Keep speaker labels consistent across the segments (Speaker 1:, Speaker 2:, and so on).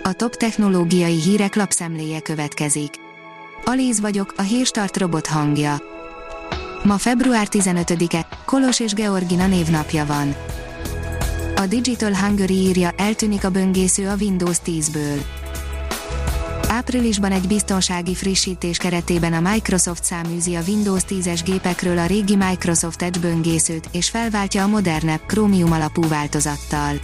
Speaker 1: A top technológiai hírek lapszemléje következik. Alíz vagyok, a Hírstart robot hangja. Ma február 15-e, Kolos és Georgina névnapja van. A Digital Hungary írja, eltűnik a böngésző a Windows 10-ből. Áprilisban egy biztonsági frissítés keretében a Microsoft száműzi a Windows 10-es gépekről a régi Microsoft Edge böngészőt, és felváltja a modernebb Chromium alapú változattal.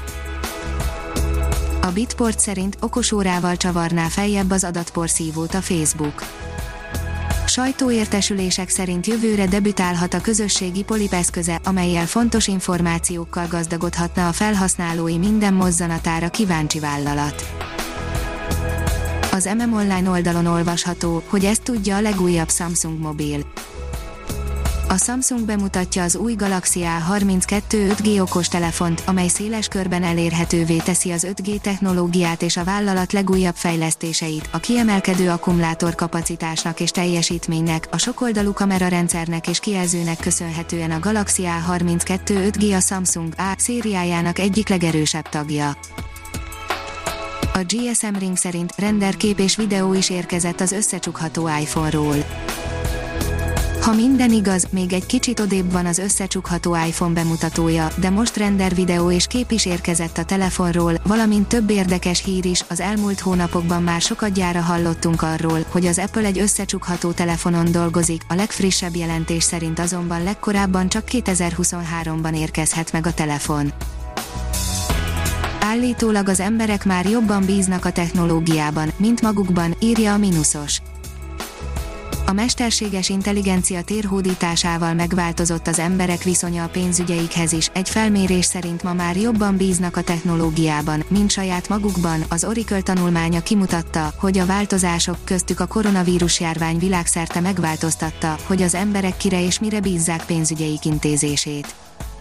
Speaker 1: A Bitport szerint okosórával csavarná feljebb az adatporszívót a Facebook. Sajtóértesülések szerint jövőre debütálhat a közösségi Polip eszköze, amellyel fontos információkkal gazdagodhatna a felhasználói minden mozzanatára kíváncsi vállalat. Az MM-Online oldalon olvasható, hogy ezt tudja a legújabb Samsung mobil. A Samsung bemutatja az új Galaxy A32 5G okostelefont, amely széles körben elérhetővé teszi az 5G technológiát és a vállalat legújabb fejlesztéseit, a kiemelkedő akkumulátorkapacitásnak és teljesítménynek, a sokoldalú kamerarendszernek és kijelzőnek köszönhetően a Galaxy A32 5G a Samsung A szériájának egyik legerősebb tagja. A GSM Ring szerint renderkép és videó is érkezett az összecsukható iPhone-ról. Ha minden igaz, még egy kicsit odébb van az összecsukható iPhone bemutatója, de most render videó és kép is érkezett a telefonról, valamint több érdekes hír is. Az elmúlt hónapokban már sokadjára hallottunk arról, hogy az Apple egy összecsukható telefonon dolgozik, a legfrissebb jelentés szerint azonban legkorábban csak 2023-ban érkezhet meg a telefon. Állítólag az emberek már jobban bíznak a technológiában, mint magukban, írja a Minusos. A mesterséges intelligencia térhódításával megváltozott az emberek viszonya a pénzügyeikhez is, egy felmérés szerint ma már jobban bíznak a technológiában, mint saját magukban. Az Oracle tanulmánya kimutatta, hogy a változások, köztük a koronavírus járvány világszerte megváltoztatta, hogy az emberek kire és mire bízzák pénzügyeik intézését.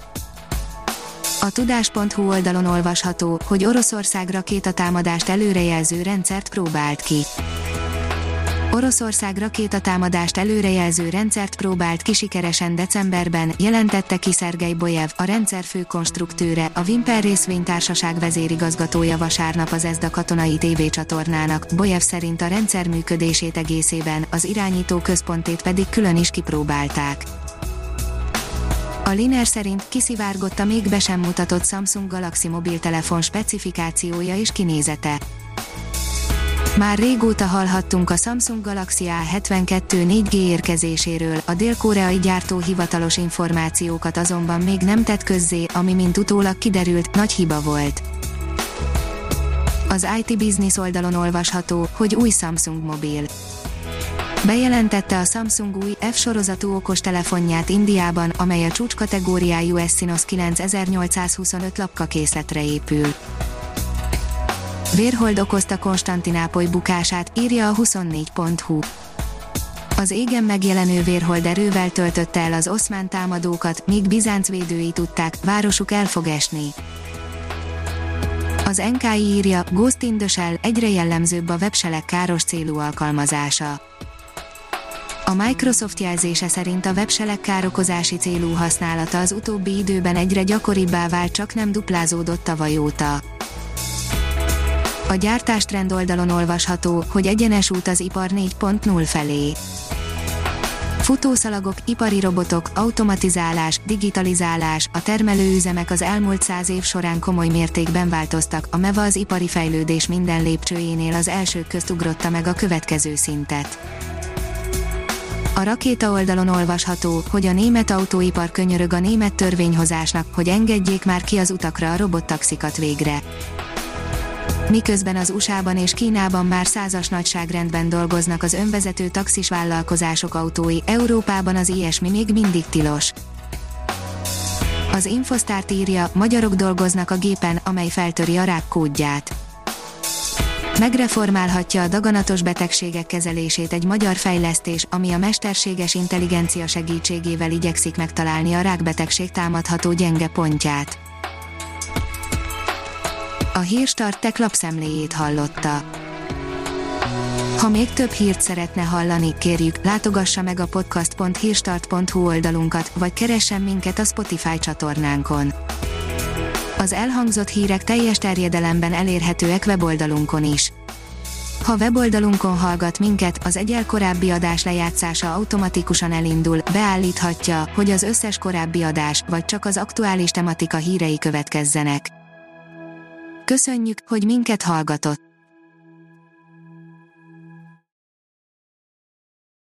Speaker 1: A tudás.hu oldalon olvasható, hogy Oroszország rakétatámadást előrejelző rendszert próbált ki. Oroszország rakétatámadást előrejelző rendszert próbált ki sikeresen decemberben, jelentette ki Szergej Bojev, a rendszer főkonstruktőre, a Vimper részvénytársaság vezérigazgatója vasárnap az ESDA katonai tévécsatornának. Bojev szerint a rendszer működését egészében, az irányító központét pedig külön is kipróbálták. A Liner szerint kiszivárgott a még be sem mutatott Samsung Galaxy mobiltelefon specifikációja és kinézete. Már régóta hallhattunk a Samsung Galaxy A72 4G érkezéséről, a dél-koreai gyártó hivatalos információkat azonban még nem tett közzé, ami mint utólag kiderült, nagy hiba volt. Az IT Business oldalon olvasható, hogy új Samsung mobil. Bejelentette a Samsung új F-sorozatú okostelefonját Indiában, amely a csúcskategóriájú Exynos 9825 lapkakészletre épül. Vérhold okozta Konstantinápoly bukását, írja a 24.hu. Az égen megjelenő vérhold erővel töltötte el az oszmán támadókat, míg Bizánc védői tudták, városuk el fog esni. Az NKI írja, Ghost in the Shell, egyre jellemzőbb a webselek káros célú alkalmazása. A Microsoft jelzése szerint a webselek károkozási célú használata az utóbbi időben egyre gyakoribbá vált, csak nem duplázódott tavaly óta. A gyártástrend oldalon olvasható, hogy egyenes út az ipar 4.0 felé. Futószalagok, ipari robotok, automatizálás, digitalizálás, a termelőüzemek az elmúlt 100 év során komoly mértékben változtak, a MEVA az ipari fejlődés minden lépcsőjénél az elsők közt ugrotta meg a következő szintet. A Rakéta oldalon olvasható, hogy a német autóipar könyörög a német törvényhozásnak, hogy engedjék már ki az utakra a robottaxikat végre. Miközben az USA-ban és Kínában már 100-as nagyságrendben dolgoznak az önvezető taxis vállalkozások autói, Európában az ilyesmi még mindig tilos. Az Infosztárt írja, magyarok dolgoznak a gépen, amely feltöri a rák kódját. Megreformálhatja a daganatos betegségek kezelését egy magyar fejlesztés, ami a mesterséges intelligencia segítségével igyekszik megtalálni a rákbetegség támadható gyenge pontját. A Hírstart Tech lapszemléjét hallotta. Ha még több hírt szeretne hallani, kérjük, látogassa meg a podcast.hírstart.hu oldalunkat, vagy keressen minket a Spotify csatornánkon. Az elhangzott hírek teljes terjedelemben elérhetőek weboldalunkon is. Ha weboldalunkon hallgat minket, az egy korábbi adás lejátszása automatikusan elindul, beállíthatja, hogy az összes korábbi adás, vagy csak az aktuális tematika hírei következzenek. Köszönjük, hogy minket hallgatott!